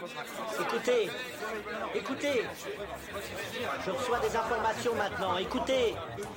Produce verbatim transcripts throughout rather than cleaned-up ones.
Écoutez, écoutez. Je reçois des informations maintenant, écoutez.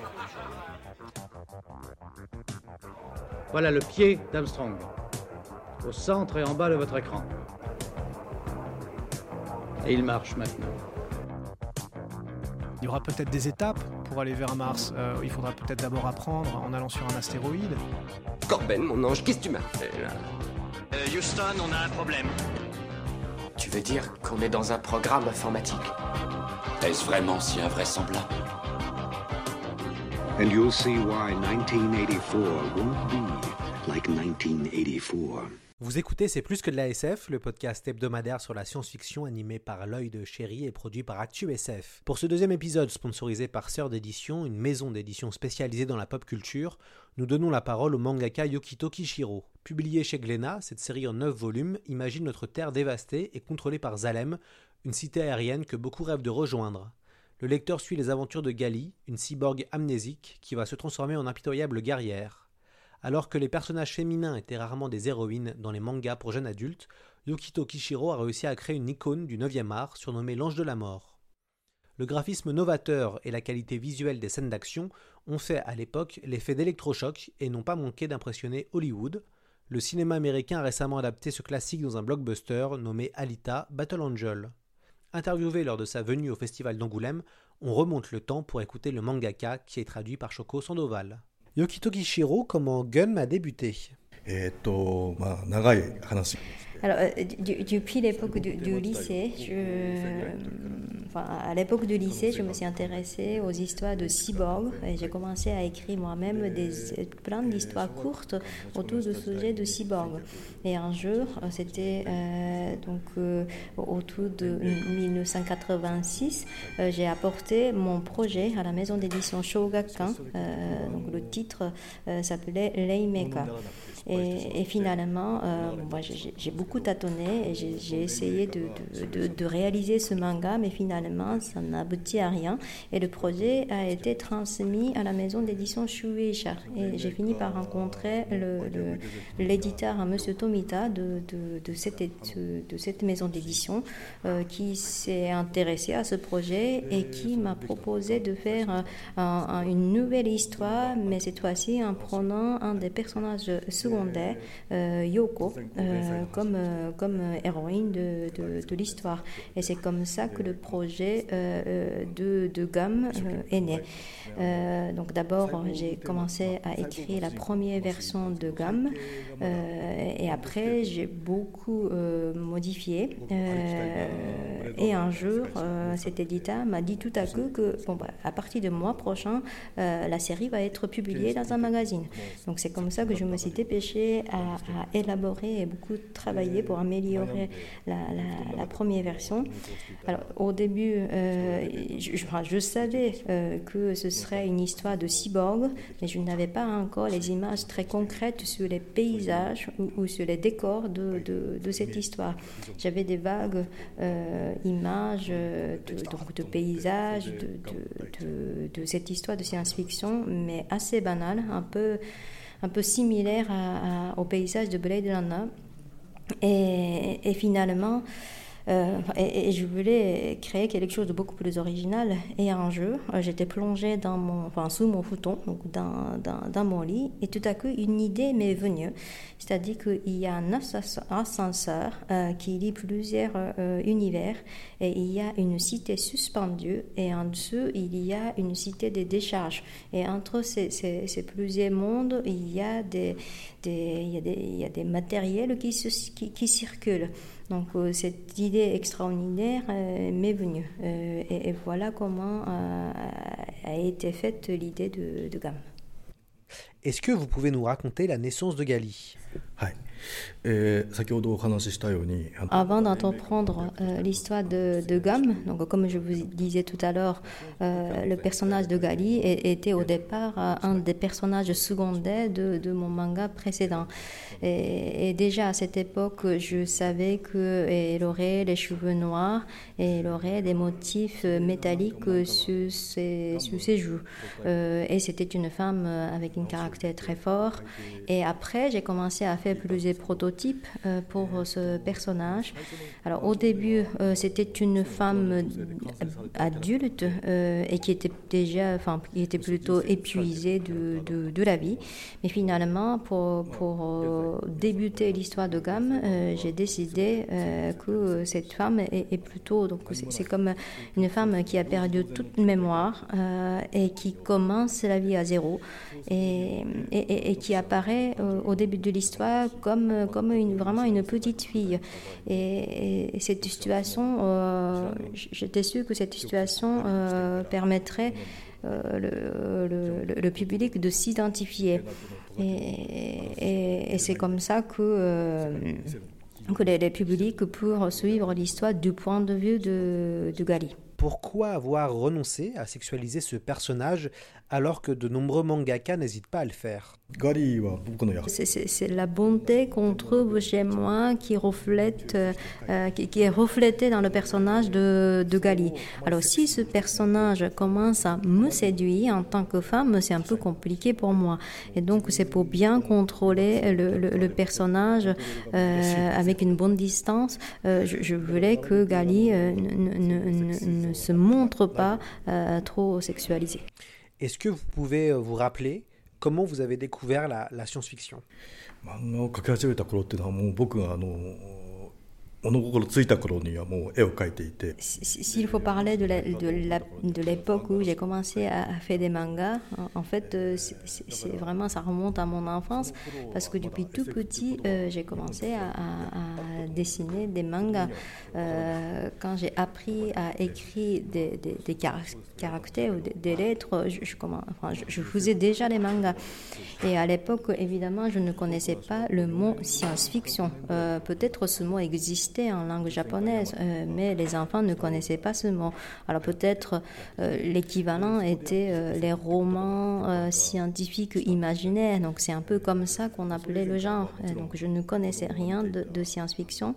Voilà le pied d'Armstrong, au centre et en bas de votre écran. Et il marche maintenant. Il y aura peut-être des étapes pour aller vers Mars. Euh, il faudra peut-être d'abord apprendre en allant sur un astéroïde. Corben, mon ange, qu'est-ce que tu m'as fait là ? euh, Houston, on a un problème. Tu veux dire qu'on est dans un programme informatique ? Est-ce vraiment si invraisemblable ? And you'll see why nineteen eighty-four won't be like nineteen eighty-four. Vous écoutez C'est plus que de la S F, le podcast hebdomadaire sur la science-fiction animé par L'Œil de Chéri et produit par Actu S F. Pour ce deuxième épisode sponsorisé par Sœur d'édition, une maison d'édition spécialisée dans la pop culture, nous donnons la parole au mangaka Yukito Kishiro. Publié chez Glénat, cette série en neuf volumes imagine notre Terre dévastée et contrôlée par Zalem, une cité aérienne que beaucoup rêvent de rejoindre. Le lecteur suit les aventures de Gali, une cyborg amnésique qui va se transformer en impitoyable guerrière. Alors que les personnages féminins étaient rarement des héroïnes dans les mangas pour jeunes adultes, Yukito Kishiro a réussi à créer une icône du neuvième art surnommée l'Ange de la Mort. Le graphisme novateur et la qualité visuelle des scènes d'action ont fait à l'époque l'effet d'électrochoc et n'ont pas manqué d'impressionner Hollywood. Le cinéma américain a récemment adapté ce classique dans un blockbuster nommé Alita Battle Angel. Interviewé lors de sa venue au festival d'Angoulême, on remonte le temps pour écouter le mangaka qui est traduit par Shoko Sandoval. Yukito Kishiro, comment Gum a débuté ? Alors, euh, du, depuis l'époque du, du lycée, je, enfin, à l'époque du lycée, je me suis intéressée aux histoires de cyborgs et j'ai commencé à écrire moi-même des, plein d'histoires courtes autour du sujet de cyborgs. Et un jour, c'était euh, donc euh, autour de dix-neuf cent quatre-vingt-six, euh, j'ai apporté mon projet à la maison d'édition Shogakukan. Euh, donc le titre euh, s'appelait Rainmaker. Et, et finalement, euh, moi, j'ai, j'ai beaucoup tâtonné et j'ai, j'ai essayé de, de, de, de réaliser ce manga, mais finalement, ça n'a abouti à rien. Et le projet a été transmis à la maison d'édition Shueisha. Et j'ai fini par rencontrer le, le, l'éditeur, M. Tomita, de, de, de, cette, de cette maison d'édition, euh, qui s'est intéressé à ce projet et qui m'a proposé de faire un, un, une nouvelle histoire, mais cette fois-ci en prenant un des personnages secondaires, Euh, Yoko euh, comme, euh, comme héroïne de, de, de l'histoire. Et c'est comme ça que le projet euh, de, de Gum euh, est né. Euh, donc d'abord, j'ai commencé à écrire la première version de Gum euh, et après, j'ai beaucoup euh, modifié. Euh, et un jour, euh, cet éditeur m'a dit tout à coup que bon, bah, à partir du mois prochain, euh, la série va être publiée dans un magazine. Donc c'est comme ça que je me suis dépêchée À, à élaborer et beaucoup travailler pour améliorer la, la, la première version. Alors, au début, euh, je, je, je savais euh, que ce serait une histoire de cyborg, mais je n'avais pas encore les images très concrètes sur les paysages ou, ou sur les décors de, de, de cette histoire. J'avais des vagues euh, images de, donc de paysages de, de, de, de cette histoire de science-fiction, mais assez banale, un peu un peu similaire à, à, au paysage de Blade Runner. Et, et finalement, euh, et, et je voulais créer quelque chose de beaucoup plus original. Et un jour, j'étais plongée dans mon, enfin, sous mon futon, donc dans, dans, dans mon lit, et tout à coup, une idée m'est venue. C'est-à-dire qu'il y a un ascenseur euh, qui lie plusieurs euh, univers, et il y a une cité suspendue, et en dessous, il y a une cité de décharge. Et entre ces, ces, ces plusieurs mondes, il y a des, des, il y a des, il y a des matériels qui, qui, qui circulent. Donc euh, cette idée extraordinaire euh, m'est venue. Euh, et, et voilà comment euh, a été faite l'idée de, de Gum. Est-ce que vous pouvez nous raconter la naissance de Gali ? Avant d'entreprendre euh, l'histoire de, de Gum, donc comme je vous disais tout à l'heure, euh, le personnage de Gali était au départ euh, un des personnages secondaires de, de mon manga précédent. Et, et déjà à cette époque, je savais qu'elle aurait les cheveux noirs et elle aurait des motifs métalliques sur ses, sur ses joues. Euh, et c'était une femme avec un caractère très fort. Et après, j'ai commencé à faire fait plusieurs prototypes euh, pour ce personnage. Alors au début, euh, c'était une femme adulte euh, et qui était déjà, enfin, qui était plutôt épuisée de, de, de la vie. Mais finalement, pour, pour euh, débuter l'histoire de gamme, euh, j'ai décidé euh, que cette femme est, est plutôt, donc c'est, c'est comme une femme qui a perdu toute mémoire euh, et qui commence la vie à zéro et, et, et qui apparaît euh, au début de l'histoire comme, comme une, vraiment une petite fille. Et, et cette situation, euh, j'étais sûre que cette situation euh, permettrait euh, le, le, le public de s'identifier. Et, et, et c'est comme ça que, euh, que les, les publics peuvent suivre l'histoire du point de vue de, de Gali. Pourquoi avoir renoncé à sexualiser ce personnage alors que de nombreux mangaka n'hésitent pas à le faire? C'est, c'est, c'est la bonté qu'on trouve chez moi qui reflète, euh, qui, qui est reflétée dans le personnage de, de Gali. Alors si ce personnage commence à me séduire en tant que femme, c'est un peu compliqué pour moi. Et donc c'est pour bien contrôler le, le, le personnage euh, avec une bonne distance. Euh, je, je voulais que Gali euh, ne, ne, ne, ne se montre pas euh, trop sexualisé. Est-ce que vous pouvez vous rappeler comment vous avez découvert la, la science-fiction? S'il faut parler de, la, de, la, de l'époque où j'ai commencé à faire des mangas, en fait, c'est, c'est vraiment, ça remonte à mon enfance, parce que depuis tout petit, euh, j'ai commencé à, à, à dessiner des mangas. Euh, quand j'ai appris à écrire des, des, des caractères ou des, des lettres, je, je, comment, enfin, je, je faisais déjà des mangas. Et à l'époque, évidemment, je ne connaissais pas le mot science-fiction. Euh, peut-être ce mot existait en langue japonaise, euh, mais les enfants ne connaissaient pas ce mot. Alors peut-être euh, l'équivalent était euh, les romans euh, scientifiques imaginaires, donc c'est un peu comme ça qu'on appelait le genre. Euh, donc je ne connaissais rien de, de science-fiction.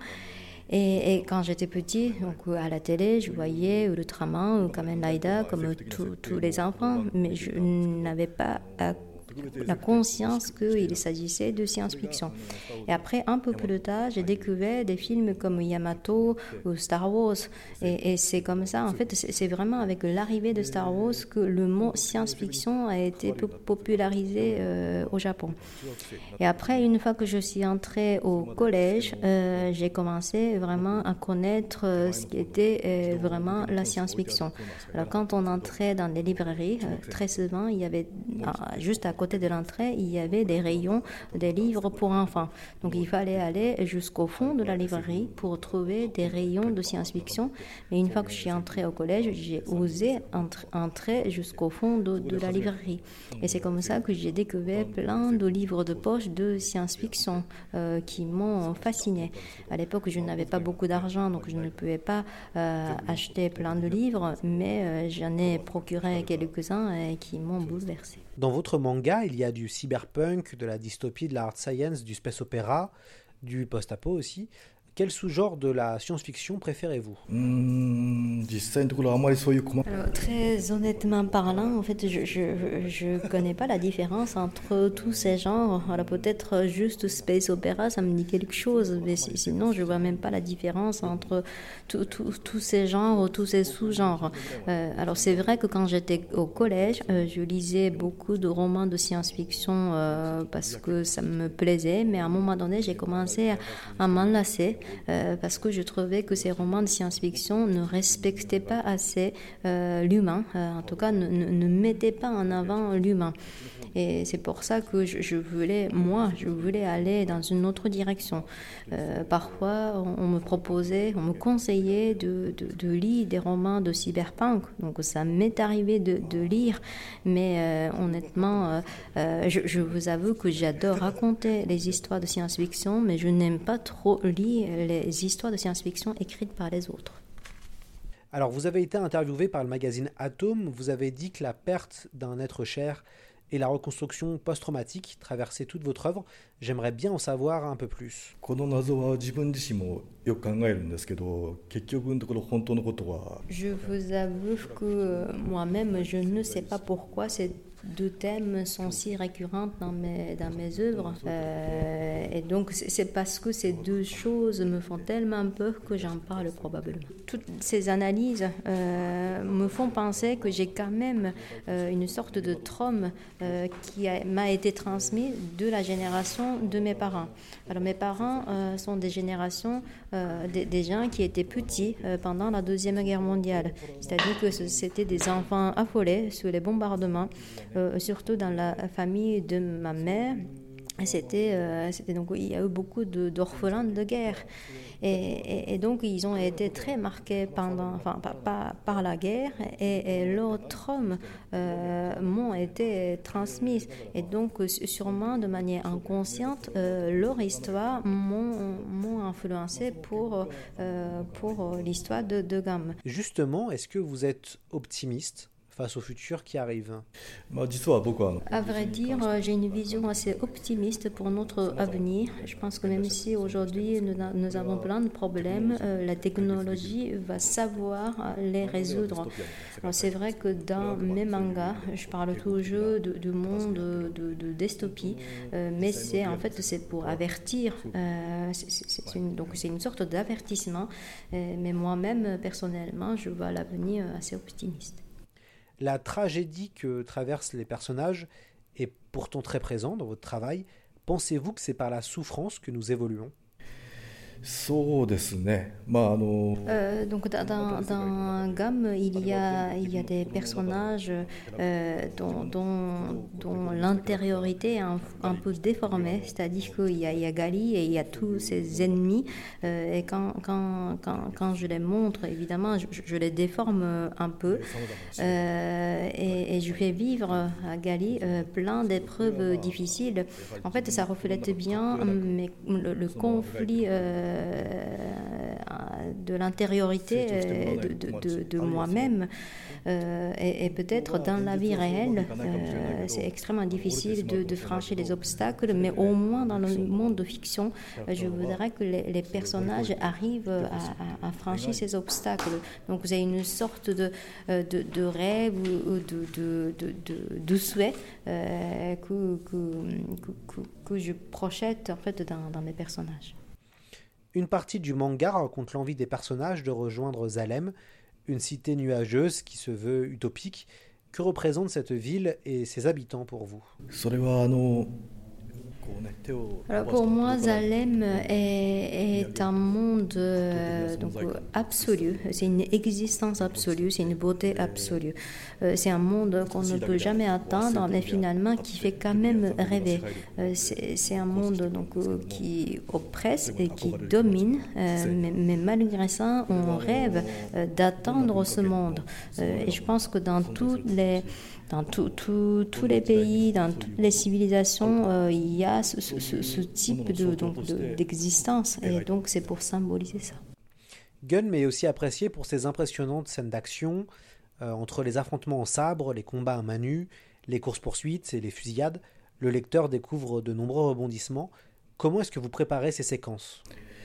Et, et quand j'étais petit, donc à la télé, je voyais Ultraman ou Kamen Rider comme tous les enfants, mais je n'avais pas à la conscience qu'il s'agissait de science-fiction. Et après, un peu plus tard, j'ai découvert des films comme Yamato ou Star Wars. Et, et c'est comme ça, en fait, c'est, c'est vraiment avec l'arrivée de Star Wars que le mot science-fiction a été popularisé euh, au Japon. Et après, une fois que je suis entrée au collège, euh, j'ai commencé vraiment à connaître euh, ce qui était euh, vraiment la science-fiction. Alors, quand on entrait dans des librairies, euh, très souvent, il y avait, euh, juste à côté de l'entrée, il y avait des rayons des livres pour enfants. Donc il fallait aller jusqu'au fond de la librairie pour trouver des rayons de science-fiction. Mais une fois que je suis entrée au collège, j'ai osé entre, entrer jusqu'au fond de, de la librairie. Et c'est comme ça que j'ai découvert plein de livres de poche de science-fiction euh, qui m'ont fascinée. À l'époque, je n'avais pas beaucoup d'argent, donc je ne pouvais pas euh, acheter plein de livres, mais euh, j'en ai procuré quelques-uns et qui m'ont bouleversée. Dans votre manga, il y a du cyberpunk, de la dystopie, de la hard science, du space opéra, du post-apo aussi. Quel sous-genre de la science-fiction préférez-vous? Alors, très honnêtement parlant, en fait, je je je connais pas la différence entre tous ces genres. Alors peut-être juste space opéra, ça me dit quelque chose, mais sinon je vois même pas la différence entre tous ces genres, tous ces sous-genres. Euh, alors c'est vrai que quand j'étais au collège, euh, je lisais beaucoup de romans de science-fiction euh, parce que ça me plaisait, mais à un moment donné, j'ai commencé à, à m'enlacer. Euh, parce que je trouvais que ces romans de science-fiction ne respectaient pas assez euh, l'humain, euh, en tout cas ne, ne, ne mettaient pas en avant l'humain. Et c'est pour ça que je, je voulais, moi, je voulais aller dans une autre direction. Euh, parfois, on, on me proposait, on me conseillait de, de, de lire des romans de cyberpunk. Donc, ça m'est arrivé de, de lire, mais euh, honnêtement, euh, je, je vous avoue que j'adore raconter les histoires de science-fiction, mais je n'aime pas trop lire les histoires de science-fiction écrites par les autres. Alors, vous avez été interviewé par le magazine Atom. Vous avez dit que la perte d'un être cher et la reconstruction post-traumatique traversaient toute votre œuvre. J'aimerais bien en savoir un peu plus. Je vous avoue que moi-même, je ne sais pas pourquoi c'est deux thèmes sont si récurrents dans mes, dans mes œuvres. Euh, et donc, c'est, c'est parce que ces deux choses me font tellement peur que j'en parle probablement. Toutes ces analyses euh, me font penser que j'ai quand même euh, une sorte de trauma euh, qui a, m'a été transmis de la génération de mes parents. Alors, mes parents euh, sont des générations, euh, des, des gens qui étaient petits euh, pendant la Deuxième Guerre mondiale. C'est-à-dire que c'était des enfants affolés sous les bombardements, euh, surtout dans la famille de ma mère. C'était, euh, c'était donc, il y a eu beaucoup de, d'orphelins de guerre. Et, et, et donc, ils ont été très marqués pendant, enfin, par, par, par la guerre et, et leurs traumas euh, m'ont été transmis. Et donc, sûrement de manière inconsciente, euh, leur histoire m'ont, m'ont influencé pour, euh, pour l'histoire de, de Gam. Justement, est-ce que vous êtes optimiste face au futur qui arrive? À vrai dire, j'ai une vision assez optimiste pour notre avenir. Je pense que même si aujourd'hui nous, nous avons plein de problèmes, euh, la technologie va savoir les résoudre. Alors, c'est vrai que dans mes mangas, je parle toujours de, du monde de, de, de dystopie, euh, mais c'est en fait c'est pour avertir. Euh, c'est, c'est, c'est une, donc c'est une sorte d'avertissement. Euh, mais moi-même personnellement, je vois l'avenir assez optimiste. La tragédie que traversent les personnages est pourtant très présente dans votre travail. Pensez-vous que c'est par la souffrance que nous évoluons ? Euh, donc dans, dans, dans Gam, il y a, il y a des personnages euh, dont, dont, dont l'intériorité est un, un peu déformée, c'est-à-dire qu'il y a, il y a Gali et il y a tous ses ennemis, euh, et quand, quand, quand, quand je les montre, évidemment, je, je les déforme un peu, euh, et, et je fais vivre à Gali euh, plein d'épreuves difficiles. En fait, ça reflète bien mais le, le conflit euh, de l'intériorité de, de, de, de moi-même, euh, et, et peut-être dans la vie réelle euh, c'est extrêmement difficile de, de franchir les obstacles, mais au moins dans le monde de fiction je voudrais que les, les personnages arrivent à, à, à franchir ces obstacles. Donc c'est une sorte de, de, de rêve ou de, de, de, de, de souhait euh, que, que, que, que je projette en fait dans, dans mes personnages. Une partie du manga raconte l'envie des personnages de rejoindre Zalem, une cité nuageuse qui se veut utopique. Que représente cette ville et ses habitants pour vous ? Alors pour moi, Zalem est, est un monde euh, donc, absolu, c'est une existence absolue, c'est une beauté absolue. Euh, c'est un monde qu'on ne peut jamais atteindre, mais finalement qui fait quand même rêver. Euh, c'est, c'est un monde donc, euh, qui oppresse et qui domine, euh, mais, mais malgré ça, on rêve euh, d'atteindre ce monde. Euh, et je pense que dans toutes les... Dans tout, tout, tous les pays, dans toutes les civilisations, euh, il y a ce, ce, ce type de, donc, de, d'existence. Et donc, c'est pour symboliser ça. Gun est aussi apprécié pour ses impressionnantes scènes d'action, euh, entre les affrontements en sabre, les combats à main nue, les courses-poursuites et les fusillades. Le lecteur découvre de nombreux rebondissements. Comment est-ce que vous préparez ces séquences ?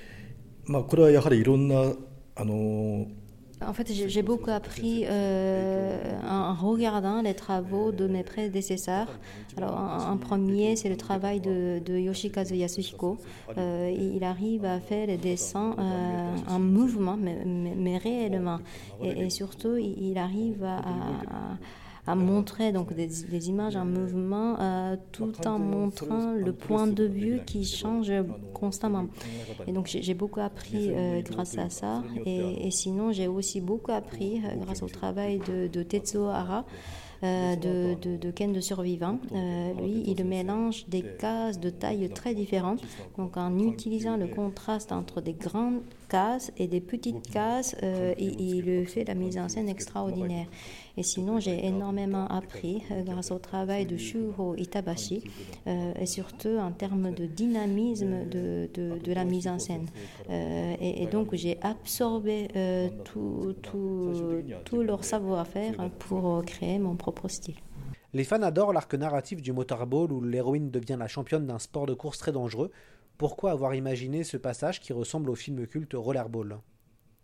En fait, j'ai beaucoup appris euh, en regardant les travaux de mes prédécesseurs. Alors, en, en premier, c'est le travail de, de Yoshikazu Yasuhiko. Euh, il arrive à faire les dessins euh, en mouvement, mais, mais, mais réellement. Et, et surtout, il arrive à... à à montrer donc des, des images en mouvement euh, tout en montrant le point de vue qui change constamment. Et donc j'ai, j'ai beaucoup appris euh, grâce à ça. Et, et sinon, j'ai aussi beaucoup appris euh, grâce au travail de, de Tetsuo Hara, euh, de, de, de Ken de Survivant. Euh, lui, il mélange des cases de taille très différentes. Donc en utilisant le contraste entre des grandes cases et des petites cases, euh, il, il fait la mise en scène extraordinaire. Et sinon, j'ai énormément appris euh, grâce au travail de Shuho Itabashi, euh, et surtout en termes de dynamisme de, de, de la mise en scène. Euh, et, et donc, j'ai absorbé euh, tout, tout, tout leur savoir-faire pour créer mon propre style. Les fans adorent l'arc narratif du motorball où l'héroïne devient la championne d'un sport de course très dangereux. Pourquoi avoir imaginé ce passage qui ressemble au film culte Rollerball ?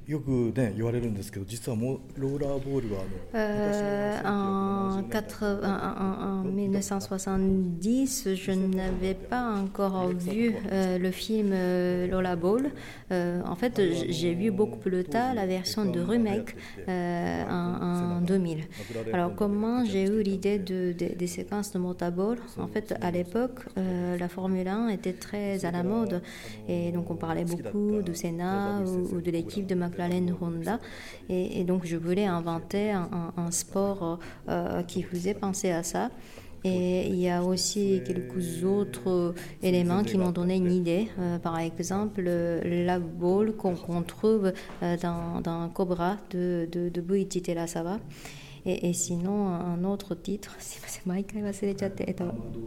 Euh, en, quatre, en, en mille neuf cent soixante-dix, je n'avais pas encore vu euh, le film euh, Rollerball. Euh, en fait, j'ai vu beaucoup plus tard la version de remake euh, en, en deux mille. Alors, comment j'ai eu l'idée de, de, des séquences de motorball? En fait, à l'époque, euh, la Formule un était très à la mode et donc on parlait beaucoup de Senna ou, ou de l'équipe de McLaren Honda et, et donc je voulais inventer un, un, un sport euh, qui faisait penser à ça. Et il y a aussi quelques autres éléments qui m'ont donné une idée. Euh, par exemple, la ball qu'on, qu'on trouve euh, dans, dans Cobra de, de, de Buichi Terasawa. Et, et sinon, un autre titre, c'est Maïkai Wasurechate, et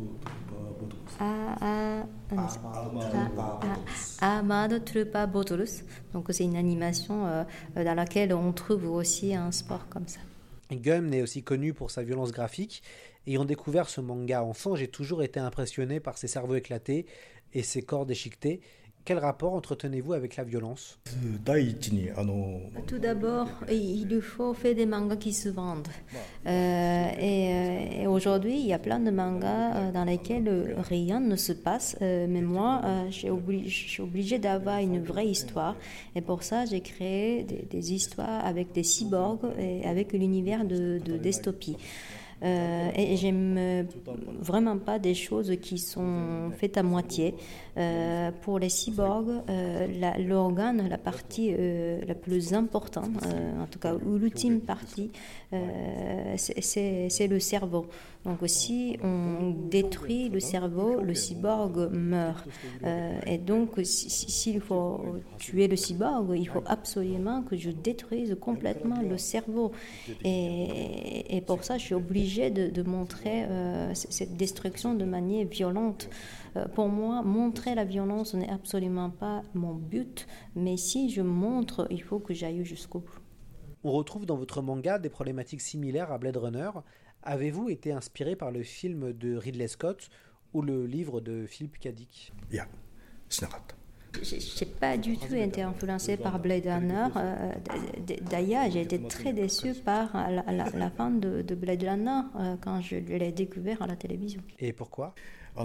Armored Trooper Battles. Donc c'est une animation euh, dans laquelle on trouve aussi un sport comme ça. Gun est aussi connu pour sa violence graphique. Ayant découvert ce manga enfant, j'ai toujours été impressionné par ses cerveaux éclatés et ses corps déchiquetés. Quel rapport entretenez-vous avec la violence? Tout d'abord, il faut faire des mangas qui se vendent. Euh, et, et aujourd'hui, il y a plein de mangas dans lesquels rien ne se passe. Euh, mais moi, euh, je, suis obligé, je suis obligée d'avoir une vraie histoire. Et pour ça, j'ai créé des, des histoires avec des cyborgs et avec l'univers de, de dystopie. Euh, et j'aime vraiment pas des choses qui sont faites à moitié. Euh, pour les cyborgs, euh, la, l'organe, la partie euh, la plus importante, euh, en tout cas l'ultime partie, euh, c'est, c'est, c'est le cerveau. Donc si on détruit le cerveau, le cyborg meurt. Euh, et donc si, si, s'il faut tuer le cyborg, il faut absolument que je détruise complètement le cerveau. Et, et pour ça, je suis obligée de, de montrer euh, cette destruction de manière violente. Euh, pour moi, montrer la violence n'est absolument pas mon but, mais si je montre, il faut que j'aille jusqu'au bout. On retrouve dans votre manga des problématiques similaires à Blade Runner. Avez-vous été inspiré par le film de Ridley Scott ou le livre de Philip K. Dick? Je n'ai pas du tout été influencé par Blade Runner. Euh, d'ailleurs, j'ai été très déçue par la, la, la fin de, de Blade Runner euh, quand je l'ai découvert à la télévision. Et pourquoi?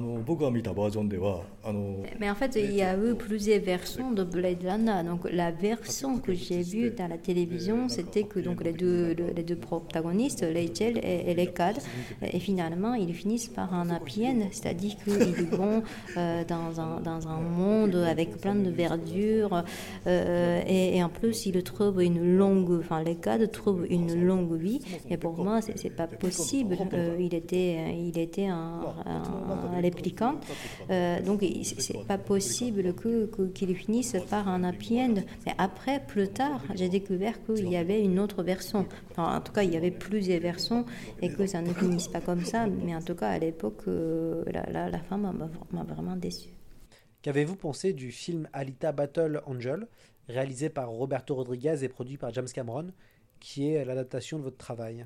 Mais en fait, il y a eu plusieurs versions de Blade Runner. Donc, la version que j'ai vue dans la télévision, c'était que donc, les, deux, les deux protagonistes, Rachel et, et Lekad, et finalement, ils finissent par un happy end, c'est-à-dire qu'ils vont euh, dans, un, dans un monde avec plein de verdure, euh, et, et en plus, ils trouvent une longue, enfin, Lekad trouve une longue vie. Et pour moi, c'est, c'est pas possible. Euh, il était, il était un, un répliquant. Euh, donc, c'est pas possible que, que, qu'il finisse par un happy end. Mais après, plus tard, j'ai découvert qu'il y avait une autre version. Enfin, en tout cas, il y avait plusieurs versions et que ça ne finisse pas comme ça. Mais en tout cas, à l'époque, euh, la, la, la fin m'a, m'a vraiment déçue. Qu'avez-vous pensé du film Alita Battle Angel, réalisé par Roberto Rodriguez et produit par James Cameron, qui est l'adaptation de votre travail?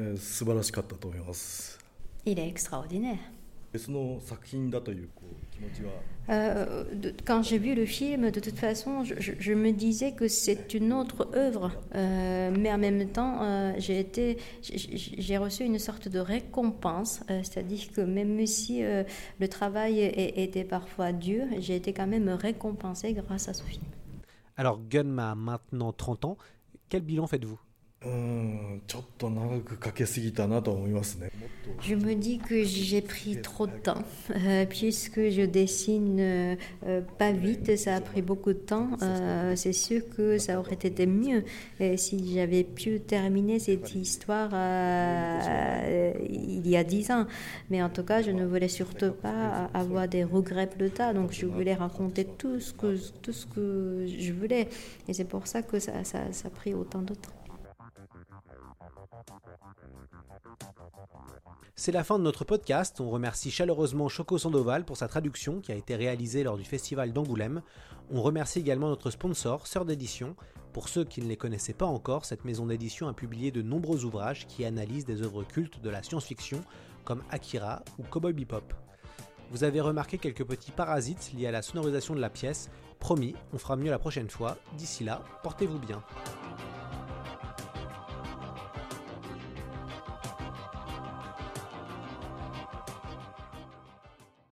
Il est extraordinaire. Euh, de, quand j'ai vu le film, de toute façon, je, je, je me disais que c'est une autre œuvre, euh, mais en même temps, euh, j'ai, été, j'ai, j'ai reçu une sorte de récompense, euh, c'est-à-dire que même si euh, le travail est, était parfois dur, j'ai été quand même récompensée grâce à ce film. Alors, Gun a maintenant trente ans. Quel bilan faites-vous? Je me dis que j'ai pris trop de temps, euh, puisque je dessine euh, pas vite, ça a pris beaucoup de temps. Euh, c'est sûr que ça aurait été mieux euh, si j'avais pu terminer cette histoire euh, il y a dix ans. Mais en tout cas, je ne voulais surtout pas avoir des regrets plus tard, donc je voulais raconter tout ce que, tout ce que je voulais. Et c'est pour ça que ça, ça, ça a pris autant de temps. C'est la fin de notre podcast. On remercie chaleureusement Choco Sandoval pour sa traduction qui a été réalisée lors du festival d'Angoulême. On remercie également notre sponsor, Sœur d'édition. Pour ceux qui ne les connaissaient pas encore, cette maison d'édition a publié de nombreux ouvrages qui analysent des œuvres cultes de la science-fiction comme Akira ou Cowboy Bebop. Vous avez remarqué quelques petits parasites liés à la sonorisation de la pièce. Promis, on fera mieux la prochaine fois. D'ici là, portez-vous bien.